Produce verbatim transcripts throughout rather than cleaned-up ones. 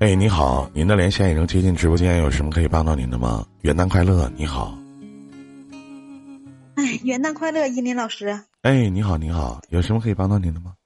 哎，你好，您的连线已经接进直播间，有什么可以帮到您的吗？元旦快乐，你好。 哎，元旦快乐，依林老师。 哎，你好，你好，有什么可以帮到您的吗？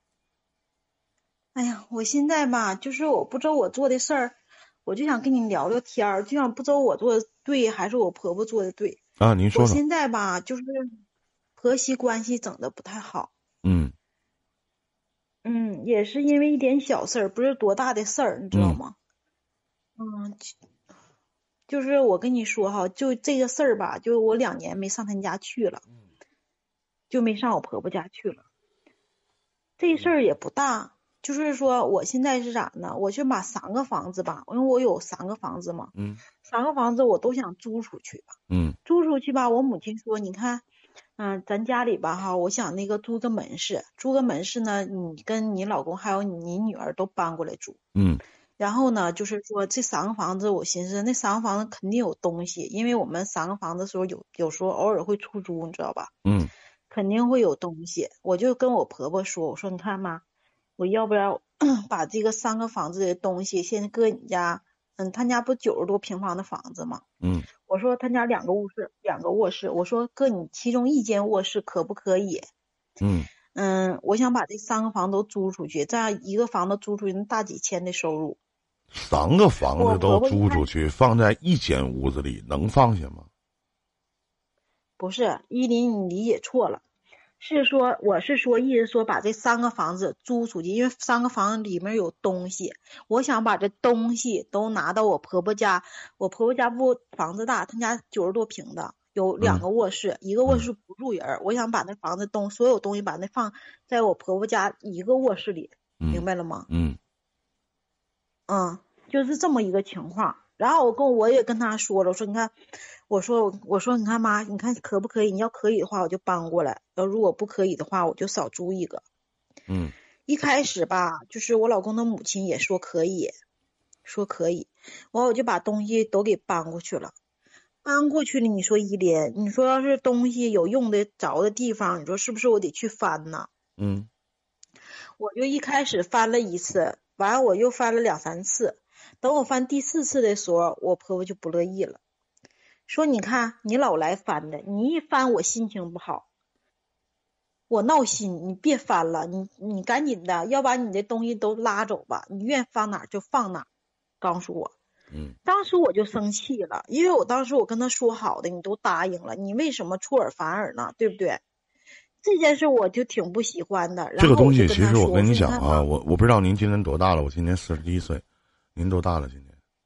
哎呀，我现在吧，就是我不知道我做的事儿，我就想跟你聊聊天儿，就想不知道我做的对还是我婆婆做的对。 啊，您说说。 我现在吧，就是婆媳关系整的不太好。 嗯嗯，也是因为一点小事儿，不是多大的事儿，你知道嗯吗？嗯，就是我跟你说哈，就这个事儿吧，就我两年没上他家去了，就没上我婆婆家去了。这事儿也不大，就是说我现在是咋呢？我就把三个房子吧，因为我有三个房子嘛， 嗯三个房子我都想租出去吧。 嗯租出去吧，我母亲说，你看，嗯、咱家里吧哈，我想那个租个门市，租个门市呢，你跟你老公还有你女儿都搬过来住。 嗯然后呢，就是说这三个房子，我寻思那三个房子肯定有东西，因为我们三个房子的时候有有时候偶尔会出租，你知道吧？ 嗯肯定会有东西。我就跟我婆婆说，我说你看妈，我要不然把这个三个房子的东西先搁你家，嗯，他家不九十多平方的房子吗？ 嗯我说他家两个卧室，两个卧室，我说搁你其中一间卧室可不可以？ 嗯嗯，我想把这三个房都租出去，这样一个房子租出去能大几千的收入。 三个房我子都婆婆一看， 租出去，放在一间屋子里，能放下吗？ 不是依林，你理解错了。是说，我是说，意思说把这三个房子租出去，因为三个房子里面有东西，我想把这东西都拿到我婆婆家。我婆婆家不房子大，她家九十多平的，有两嗯个卧室，一个卧嗯室不住人，我想把那房子东所有东西把那放在我婆婆家一个卧室里， 嗯明白了吗？ 嗯嗯，就是这么一个情况。然后我跟我也跟他说了，我说你看，我说我说你看妈，你看可不可以？你要可以的话，我就搬过来；要如果不可以的话，我就少租一个。 嗯一开始吧，就是我老公的母亲也说可以，说可以，完我就把东西都给搬过去了。搬过去了，你说依林，你说要是东西有用得着的地方，你说是不是我得去翻呢？ 嗯我就一开始翻了一次，完了我又翻了两三次。等我翻第四次的时候，我婆婆就不乐意了，说：“你看你老来翻的，你一翻我心情不好，我闹心，你别翻了，你你赶紧的，要把你的东西都拉走吧，你愿放哪儿就放哪儿。”告诉我， 嗯当时我就生气了，因为我当时我跟他说好的，你都答应了，你为什么出尔反尔呢？对不对？这件事我就挺不喜欢的。 这个然后我就东西其实跟他说：“我我跟你讲说你看妈， 啊，我我不知道您今年多大了，我今年四十一岁，您多大了今年？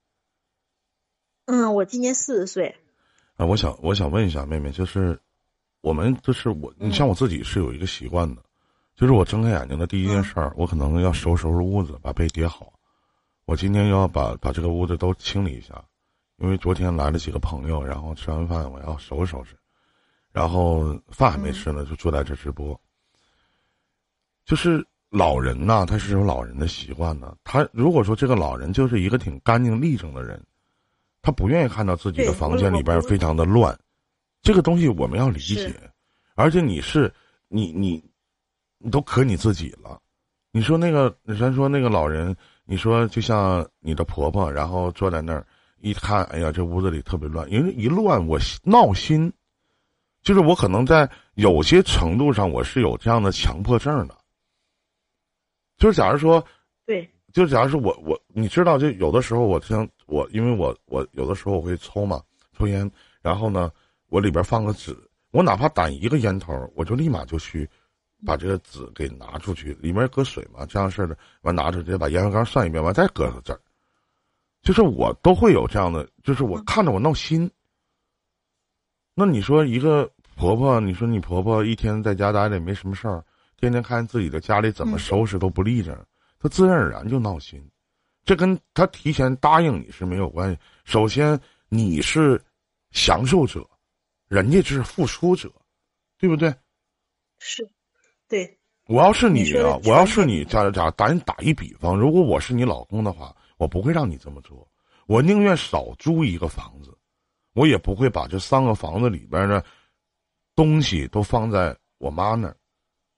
嗯，我今年四十岁。 啊，我想我想问一下妹妹，就是我们就是我，你像我自己是有一个习惯的，就是我睁开眼睛的第一件事儿，我可能要收拾收拾屋子，把被叠好。我今天要把把这个屋子都清理一下，因为昨天来了几个朋友，然后吃完饭我要收拾收拾，然后饭还没吃呢，就坐在这直播。就是老人呐，他是有老人的习惯的。他如果说这个老人就是一个挺干净利整的人，他不愿意看到自己的房间里边非常的乱，这个东西我们要理解。而且你是你你你都可你自己了，你说那个咱说那个老人，你说就像你的婆婆，然后坐在那儿一看，哎呀，这屋子里特别乱，因为一乱我闹心，就是我可能在有些程度上我是有这样的强迫症的。就是假如说， 对， 就假如说我我你知道，就有的时候我像我，因为我我有的时候我会抽嘛，抽烟，然后呢，我里边放个纸，我哪怕打一个烟头，我就立马就去把这个纸给拿出去，里面搁水嘛，这样式的，完拿着直接把烟灰缸涮一遍，完再搁到这儿，就是我都会有这样的，就是我看着我闹心。那你说一个婆婆，你说你婆婆一天在家待着也没什么事儿。天天看自己的家里怎么收拾都不立正，他自然而然就闹心。这跟他提前答应你是没有关系。首先你是享受者，人家是付出者，对不对？ 是，对。 我要是你啊，我要是你，假假打你打一比方，如果我是你老公的话，我不会让你这么做，我宁愿少租一个房子，我也不会把这三个房子里边的东西都放在我妈那儿。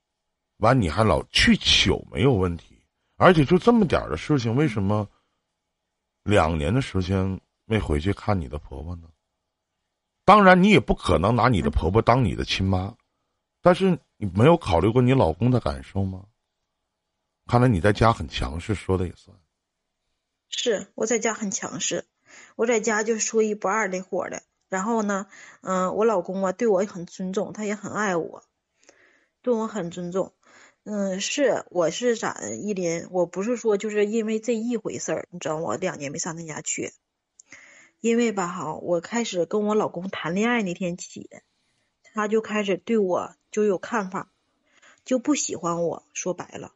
完，你还老去取没有问题，而且就这么点的事情，为什么两年的时间没回去看你的婆婆呢？当然，你也不可能拿你的婆婆当你的亲妈，但是你没有考虑过你老公的感受吗？看来你在家很强势，说的也算。 是我在家很强势，我在家就说一不二那伙的。然后呢，嗯、呃，我老公啊对我很尊重，他也很爱我，对我很尊重。嗯，是我是咋的，依林，我不是说就是因为这一回事儿，你知道我两年没上他家去，因为吧哈，我开始跟我老公谈恋爱那天起，他就开始对我就有看法，就不喜欢我，说白了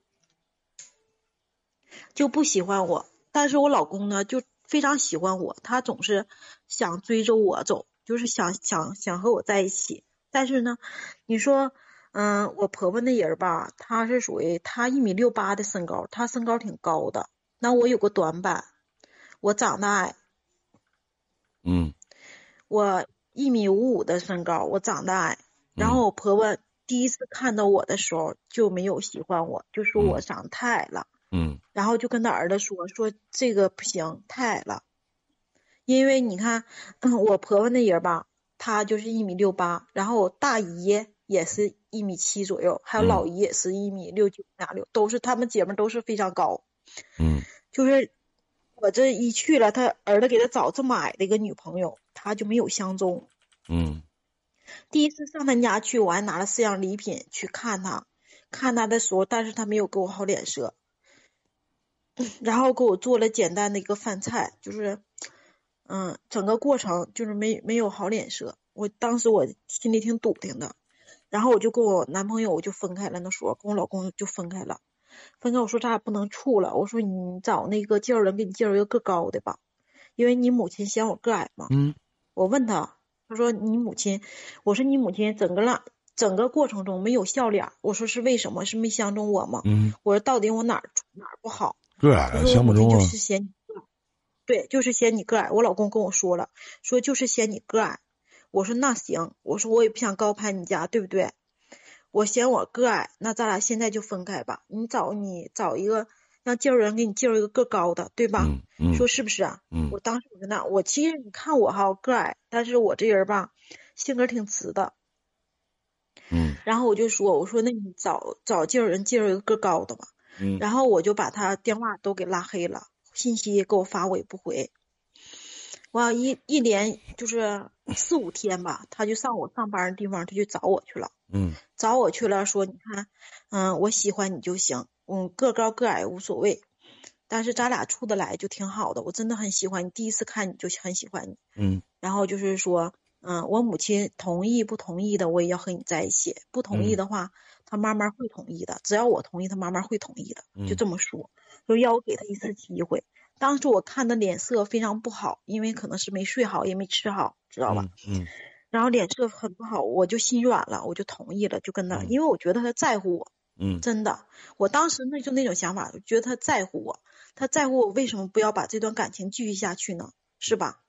就不喜欢我。但是我老公呢就非常喜欢我，他总是想追着我走，就是想想想和我在一起。但是呢，你说，嗯，我婆婆那人吧，她是属于她一米六八的身高，她身高挺高的，那我有个短板，我长得矮， 嗯我一米五五的身高，我长得矮。然嗯后我婆婆第一次看到我的时候就没有喜欢我，就说我嗯长得太矮了。 嗯然后就跟他儿子说说这个不行，太矮了。因为你看，嗯，我婆婆那人吧，她就是一米六八，然后我大姨也是一米七左右，还有老嗯姨也是一米六九两六，都是她们姐妹都是非常高。 嗯就是我这一去了，他儿子给他找这么矮的一个女朋友，他就没有相中。 嗯第一次上他家去，我还拿了四样礼品去看他，看他的时候，但是他没有给我好脸色。然后给我做了简单的一个饭菜，就是，嗯，整个过程就是没没有好脸色。我当时我心里挺笃定的，然后我就跟我男朋友我就分开了，那时候跟我老公就分开了，分开我说咱俩不能处了，我说你找那个介绍人给你介绍一个个高的吧，因为你母亲嫌我个矮嘛。 嗯我问他，他说你母亲，我说你母亲整个浪整个过程中没有笑脸，我说是为什么？是没相中我吗？ 嗯， 我说到底我哪儿哪儿不好？ 个矮啊， 他说我母亲就相不中啊。 是嫌你个矮，对，就是嫌你个矮。我老公跟我说了，说就是嫌你个矮。我说那行，我说我也不想高攀你家，对不对？我嫌我个矮，那咱俩现在就分开吧。你找你找一个让介绍人给你介绍一个个高的，对吧？ 嗯嗯说是不是啊？ 嗯我当时我跟他，我其实你看我哈个矮，但是我这人吧性格挺直的。 嗯然后我就说，我说那你找找介绍人介绍一个个高的吧。 嗯然后我就把他电话都给拉黑了，信息给我发我也不回。我一一连就是四五天吧，他就上我上班的地方，他就找我去了， 嗯找我去了，说你看，嗯，我喜欢你就行，嗯，个高个矮无所谓，但是咱俩处得来就挺好的，我真的很喜欢你，第一次看你就很喜欢你。 嗯然后就是说，嗯，我母亲同意不同意的，我也要和你在一起，不同意嗯的话，他慢慢会同意的，只要我同意，他慢慢会同意的，就嗯这么说，说要我给他一次机会。当时我看他脸色非常不好，因为可能是没睡好，也没吃好，知道吧？ 嗯然后脸色很不好，我就心软了，我就同意了，就跟他， 嗯因为我觉得他在乎我， 嗯真的，我当时那就那种想法，我觉得他在乎我，他在乎我，为什么不要把这段感情继续下去呢？是吧？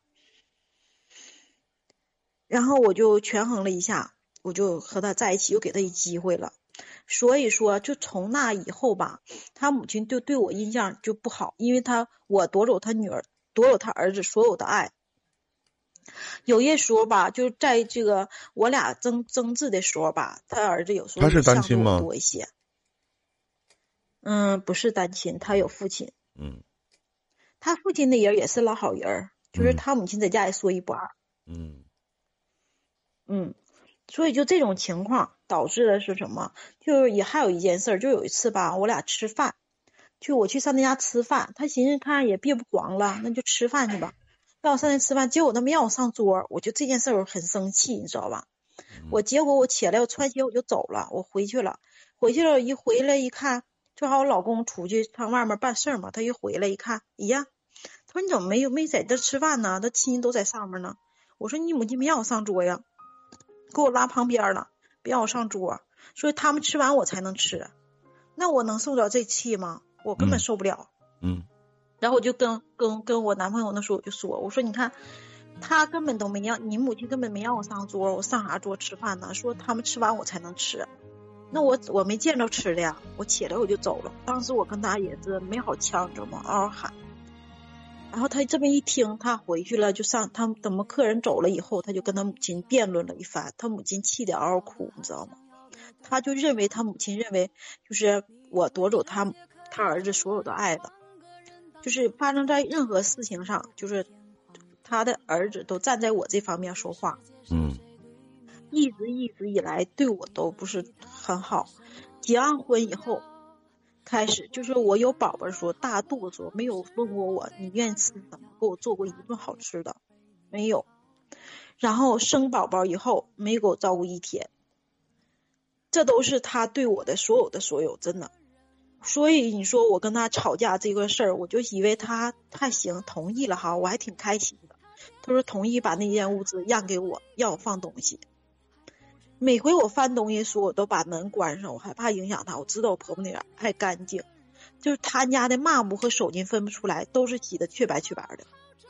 然后我就权衡了一下，我就和他在一起，又给他一机会了。所以说，就从那以后吧，他母亲就对我印象就不好，因为他我夺走他女儿，夺走他儿子所有的爱。有些时候吧，就在这个我俩争争执的时候吧，他儿子有时候他是也向着我单亲吗？ 多一些。嗯，不是单亲，他有父亲， 嗯他父亲那人也是老好人，就是嗯他母亲在家也说一不二。 嗯嗯，所以就这种情况导致的是什么？就是也还有一件事儿，就有一次吧，我俩吃饭，就我去上他家吃饭，他寻思他也别不黄了，那就吃饭去吧，让我上那吃饭，结果他没让我上桌，我就这件事儿我很生气，你知道吧？我结果我起来我穿鞋我就走了，我回去了，回去了一回来一看，正好我老公出去上外面办事儿嘛，他一回来一看，哎呀，他说你怎么没有没在这吃饭呢？他亲戚都在上面呢。我说你母亲没让我上桌呀。给我拉旁边了，别让我上桌，所以他们吃完我才能吃，那我能受得了这气吗？我根本受不了。 嗯， 然后我就跟跟跟我男朋友那时候我就说，我说你看，他根本都没让你母亲根本没让我上桌，我上啥桌吃饭呢？说他们吃完我才能吃，那我我没见着吃的呀，我起来我就走了。当时我跟他也是没好呛，知道吗？嗷嗷喊。 然后他这么一听，他回去了，就上他等么客人走了以后，他就跟他母亲辩论了一番，他母亲气得嗷嗷哭，你知道吗？他就认为他母亲认为就是我夺走他他儿子所有的爱了，就是发生在任何事情上，就是他的儿子都站在我这方面说话。 嗯， 一直一直以来对我都不是很好。结完婚以后开始，就是我有宝宝的时候，大肚子的时候没有问过我你愿意吃什么，给我做过一顿好吃的没有。然后生宝宝以后没给我照顾一天，这都是他对我的所有的所有，真的。所以你说我跟他吵架这个事儿，我就以为他还行，同意了哈，我还挺开心的。他说同意把那间屋子让给我，让我放东西。每回我翻东西的时候，我都把门关上，我害怕影响他。我知道我婆婆那点爱干净，就是他家的抹布和手巾分不出来，都是洗的雀白雀白的。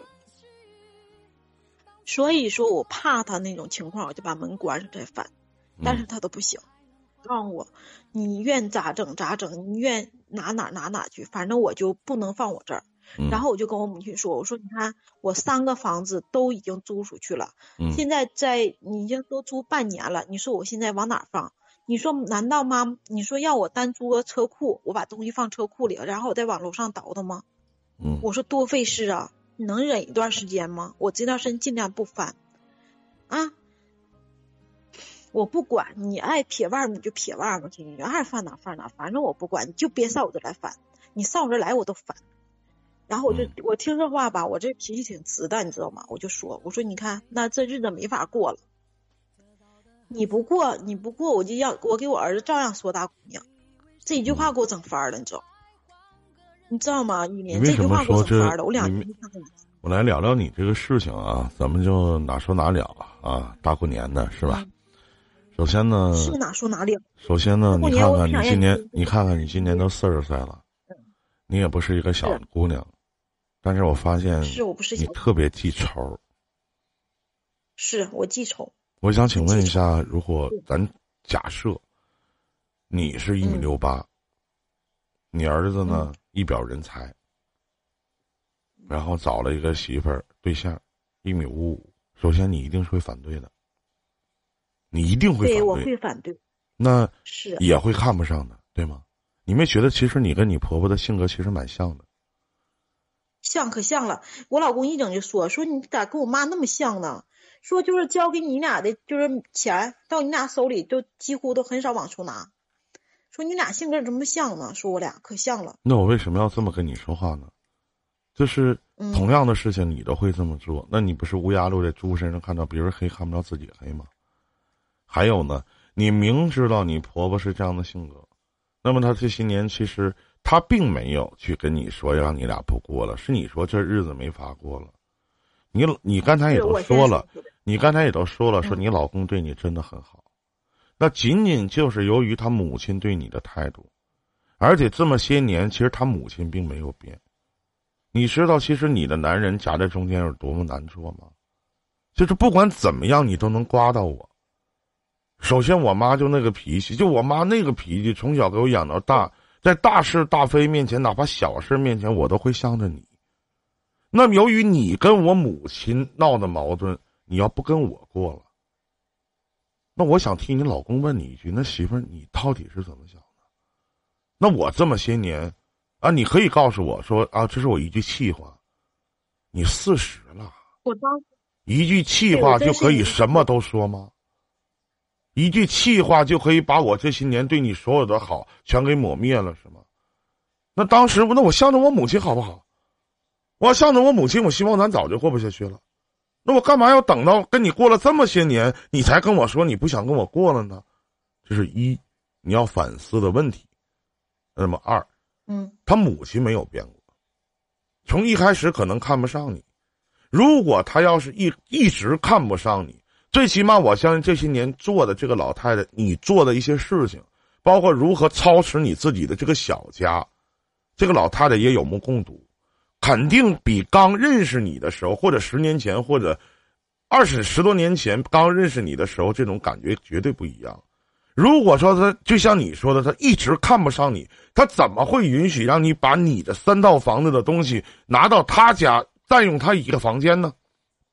所以说我怕他那种情况，我就把门关上再翻，但是他都不行。告诉我你愿咋整咋整，你愿拿哪拿哪去，反正我就不能放我这儿。 嗯、 然后我就跟我母亲说，我说你看我三个房子都已经租出去了， 嗯、 现在在你已经都租半年了，你说我现在往哪放？你说难道妈你说要我单租个车库，我把东西放车库里，然后我再往楼上倒腾吗？ 嗯， 我说多费事啊，你能忍一段时间吗？我这段时间尽量不翻啊，我不管你爱撇外面就撇外面去，你爱放哪放哪，反正我不管，你就别上我这来翻，你上我这来我都翻。然后我就、嗯、我听这话吧，我这脾气挺直的，你知道吗？我就说，我说你看，那这日子没法过了。你不过，你不过，我就要我给我儿子照样说大姑娘，这一句话给我整翻了，你知道？你知道吗？一年这句话给我整翻了，我两年没看见。 我来聊聊你这个事情啊，咱们就哪说哪了啊，大过年的是吧？嗯、首先呢， 是哪说哪了。 首先呢，你看看你今年，你看看你今年都四十岁了，嗯、你也不是一个小姑娘。但是我发现是我不是你特别记仇， 是我记仇。 我想请问一下，如果咱假设你是一米六八、嗯，你儿子呢、嗯、一表人才，然后找了一个媳妇儿对象一米五五，首先你一定是会反对的，你一定会反对， 对，我会反对， 那是也会看不上的，对吗？你没觉得其实你跟你婆婆的性格其实蛮像的？ 像可像了，我老公一整就说说你咋跟我妈那么像呢？说就是交给你俩的，就是钱到你俩手里都几乎都很少往出拿。说你俩性格这么像呢？说我俩可像了。 那我为什么要这么跟你说话呢？就是同样的事情你都会这么做，嗯、那你不是乌鸦落在猪身上看到别人黑看不着自己黑吗？还有呢，你明知道你婆婆是这样的性格，那么她这些年其实。他并没有去跟你说让你俩不过了，是你说这日子没法过了。你你刚才也都说了，你刚才也都说了，说你老公对你真的很好，那仅仅就是由于他母亲对你的态度，而且这么些年其实他母亲并没有变。你知道其实你的男人夹在中间有多么难做吗？就是不管怎么样你都能刮到我。首先我妈就那个脾气，就我妈那个脾气从小给我养到大，在大是大非面前，哪怕小事面前，我都会向着你。那么由于你跟我母亲闹的矛盾，你要不跟我过了，那我想替你老公问你一句，那媳妇儿你到底是怎么想的？那我这么些年啊，你可以告诉我说啊，这是我一句气话。你四十了， 我当一句气话就可以什么都说吗？一句气话就可以把我这些年对你所有的好全给抹灭了是吗？那当时那我向着我母亲好不好？我要向着我母亲，我希望咱早就过不下去了。那我干嘛要等到跟你过了这么些年，你才跟我说你不想跟我过了呢？这是一你要反思的问题。那么二， 嗯， 他母亲没有变过，从一开始可能看不上你。如果他要是一一直看不上你，最起码我相信这些年做的这个老太太，你做的一些事情，包括如何操持你自己的这个小家，这个老太太也有目共睹，肯定比刚认识你的时候，或者十年前，或者二十十多年前刚认识你的时候，这种感觉绝对不一样。如果说他就像你说的，他一直看不上你，他怎么会允许让你把你的三套房子的东西拿到他家占用他一个房间呢？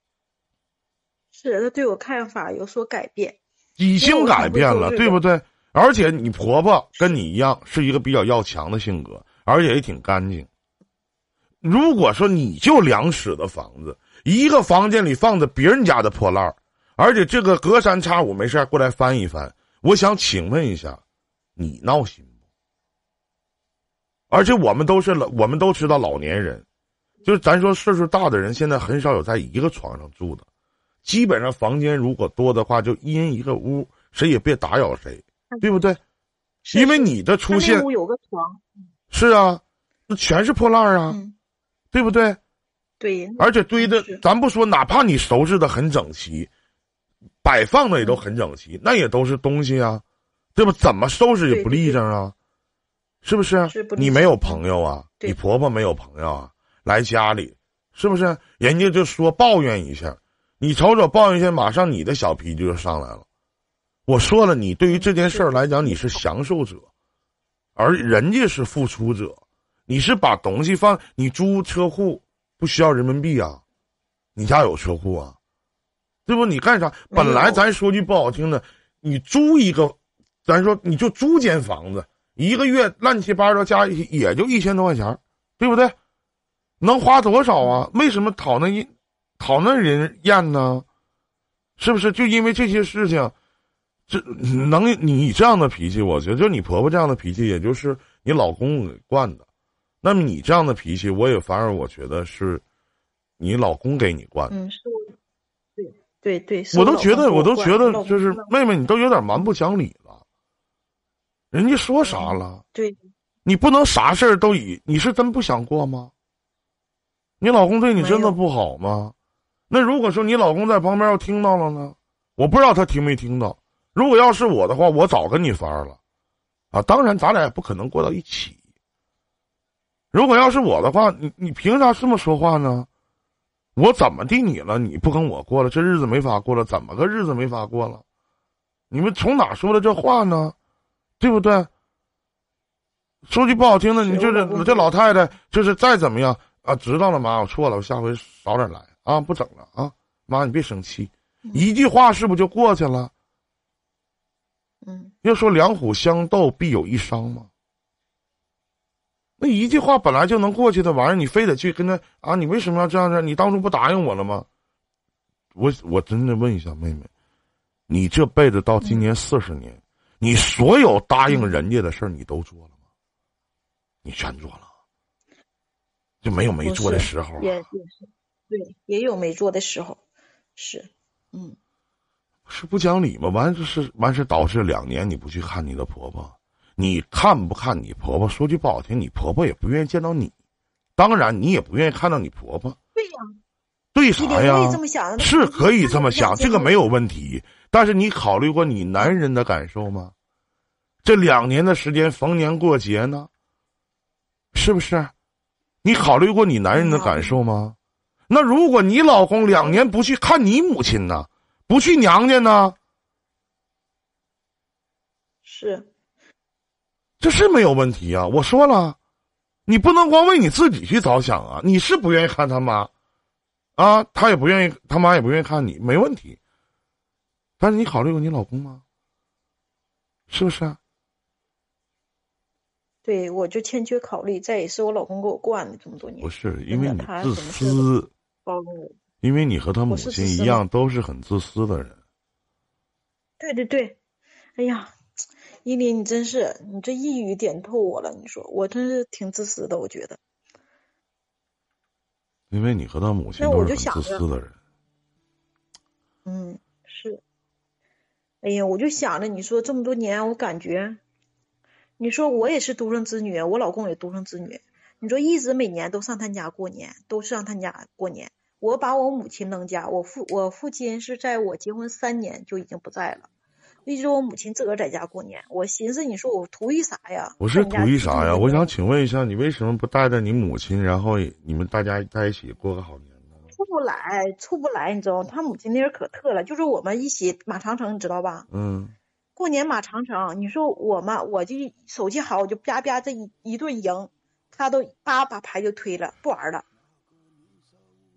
是他对我看法有所改变， 已经改变了，对不对？而且你婆婆跟你一样是一个比较要强的性格，而且也挺干净。如果说你就两室的房子，一个房间里放着别人家的破烂，而且这个隔三差五没事过来翻一翻，我想请问一下，你闹心不？而且我们都是老，我们都知道老年人，就是咱说岁数大的人，现在很少有在一个床上住的，基本上房间如果多的话，就一人一个屋，谁也别打扰谁，对不对？因为你的出现， 屋有个床， 是啊，那全是破烂啊， 嗯、 对不对？ 对， 而且堆的，咱不说，哪怕你收拾的很整齐，摆放的也都很整齐，嗯、那也都是东西啊，对吧？怎么收拾也不立正啊，是不是？ 是不你没有朋友啊， 你婆婆没有朋友啊，来家里，是不是？人家就说抱怨一下，你瞅瞅抱怨一下，马上你的小脾气就上来了。我说了，你对于这件事儿来讲，你是享受者，而人家是付出者。你是把东西放，你租车库不需要人民币啊，你家有车库啊，对不？你干啥？本来咱说句不好听的，你租一个，咱说你就租间房子，一个月乱七八糟加一起也就一千多块钱，对不对？能花多少啊？为什么讨那一讨那人厌呢？是不是就因为这些事情？这能你这样的脾气，我觉得就你婆婆这样的脾气，也就是你老公给惯的。那么你这样的脾气，我也反而我觉得是你老公给你惯的。 嗯，是我，对对对， 我都觉得，我都觉得就是妹妹，你都有点蛮不讲理了。人家说啥了？ 对， 你不能啥事儿都以你是真不想过吗？你老公对你真的不好吗？那如果说你老公在旁边要听到了呢？我不知道他听没听到。如果要是我的话，我早跟你翻了，啊，当然咱俩也不可能过到一起。如果要是我的话，你你凭啥这么说话呢？我怎么地你了？你不跟我过了，这日子没法过了，怎么个日子没法过了？你们从哪说的这话呢？对不对？说句不好听的，你就是这老太太，就是再怎么样啊，知道了妈，我错了，我下回少点来啊，不整了啊，妈你别生气，一句话是不是就过去了？ 嗯， 要说两虎相斗必有一伤吗？那一句话本来就能过去的玩意儿，你非得去跟他啊？你为什么要这样子？你当初不答应我了吗？我我真的问一下妹妹，你这辈子到今年四十年，嗯、你所有答应人家的事儿你都做了吗？你全做了，就没有没做的时候、啊。 也也是，对，也有没做的时候，是，嗯。 是不讲理吗？完是完是导致两年你不去看你的婆婆，你看不看你婆婆？说句不好听，你婆婆也不愿意见到你，当然你也不愿意看到你婆婆。 对呀， 对啥呀？ 这么想是可以这么想，这个没有问题。但是你考虑过你男人的感受吗？这两年的时间，逢年过节呢，是不是？你考虑过你男人的感受吗？那如果你老公两年不去看你母亲呢？不去娘家呢？ 是， 这是没有问题啊！我说了，你不能光为你自己去着想啊！你是不愿意看他妈，啊，他也不愿意，他妈也不愿意看你，没问题。但是你考虑过你老公吗？是不是啊？ 对，我就欠缺考虑，再也是我老公给我惯的这么多年。 不是，因为你自私。 包容我。 因为你和他母亲一样，都是很自私的人。 对对对，哎呀，依林，你真是，你这一语点透我了。你说我真是挺自私的，我觉得。 因为你和他母亲都是很自私的人。 嗯，是。哎呀，我就想着，你说这么多年，我感觉，你说我也是独生子女，我老公也独生子女，你说一直每年都上他家过年，都上他家过年。我把我母亲扔家，我父我父亲是在我结婚三年就已经不在了，一直我母亲自个儿在家过年。我寻思，你说我图一啥呀？ 不是图一啥呀？我想请问一下，你为什么不带着你母亲，然后你们大家在一起过个好年呢？ 出不来，出不来，你知道吗？他母亲那人可特了，就是我们一起马长城，你知道吧？ 嗯。 过年马长城，你说我嘛，我就手气好，我就啪啪这一一顿赢，他都叭把牌就推了，不玩了。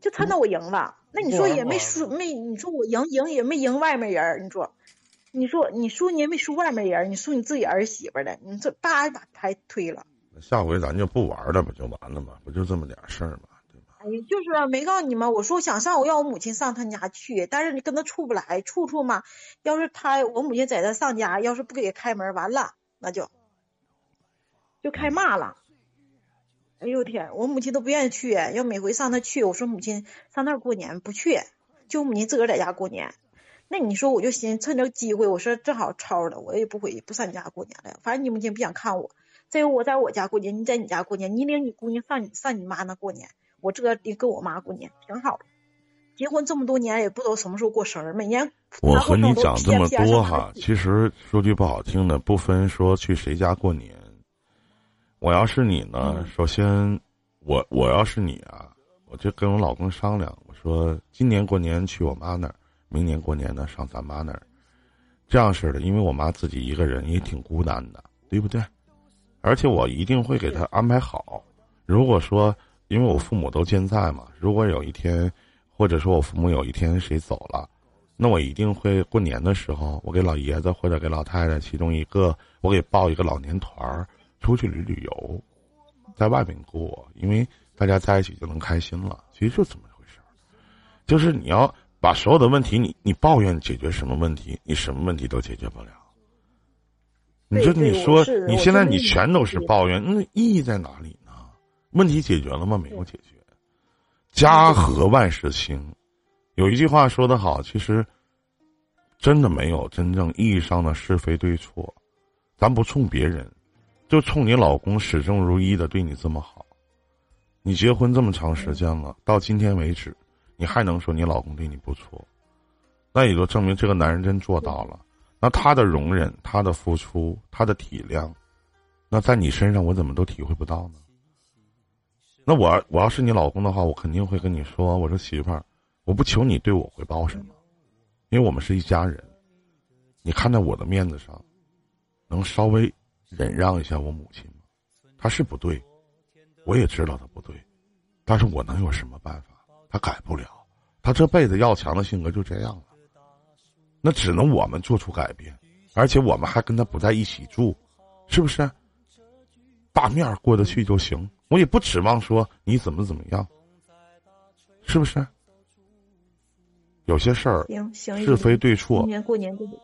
就抻到我赢了。那你说也没输没，你说我赢赢也没赢外面人，你说，你说你输你也没输外面人，你输你自己儿媳妇的，你这叭把牌推了。 下回咱就不玩了，不就完了吗？不就这么点事儿吗？对吧？ 哎，就是没告诉你吗？我说我想上，我要我母亲上他家去，但是你跟他处不来，处处嘛。要是他我母亲在这上家，要是不给开门，完了那就就开骂了。哎呦天，我母亲都不愿意去，要每回上他去，我说母亲上那儿过年不去，就我母亲自个儿在家过年。那你说我就寻思趁这个机会，我说正好超了，我也不回不上你家过年了，反正你母亲不想看我。再有我在我家过年，你在你家过年，你领你姑娘上你上你妈那过年，我这个跟我妈过年挺好的。结婚这么多年也不知道什么时候过生日，每年我和你讲这么多哈，其实说句不好听的，不分说去谁家过年。我要是你呢， 嗯、 首先我我要是你啊，我就跟我老公商量，我说今年过年去我妈那儿，明年过年呢上咱妈那儿，这样式的，因为我妈自己一个人也挺孤单的，对不对？而且我一定会给她安排好。如果说因为我父母都健在嘛，如果有一天或者说我父母有一天谁走了，那我一定会过年的时候，我给老爷子或者给老太太其中一个，我给报一个老年团儿出去旅旅游，在外面过，因为大家在一起就能开心了。其实就这么回事儿，就是你要把所有的问题，你你抱怨解决什么问题，你什么问题都解决不了。你说你说你现在你全都是抱怨，那意义在哪里呢？问题解决了吗？没有解决。家和万事兴，有一句话说得好，其实真的没有真正意义上的是非对错。咱不冲别人，就冲你老公始终如一的对你这么好，你结婚这么长时间了，到今天为止你还能说你老公对你不错，那也就证明这个男人真做到了。那他的容忍，他的付出，他的体谅，那在你身上我怎么都体会不到呢？那我我要是你老公的话，我肯定会跟你说，我说媳妇儿，我不求你对我回报什么，因为我们是一家人，你看在我的面子上，能稍微忍让一下我母亲吗？她是不对，我也知道她不对，但是我能有什么办法？她改不了，她这辈子要强的性格就这样了，那只能我们做出改变，而且我们还跟她不在一起住，是不是？大面过得去就行，我也不指望说你怎么怎么样，是不是？有些事儿是非对错， 今年过年都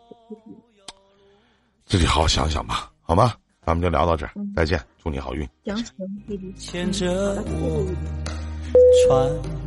自己好好想想吧，好吗？咱们就聊到这儿，嗯、再见，祝你好运。 行行，弟弟。 牵着我船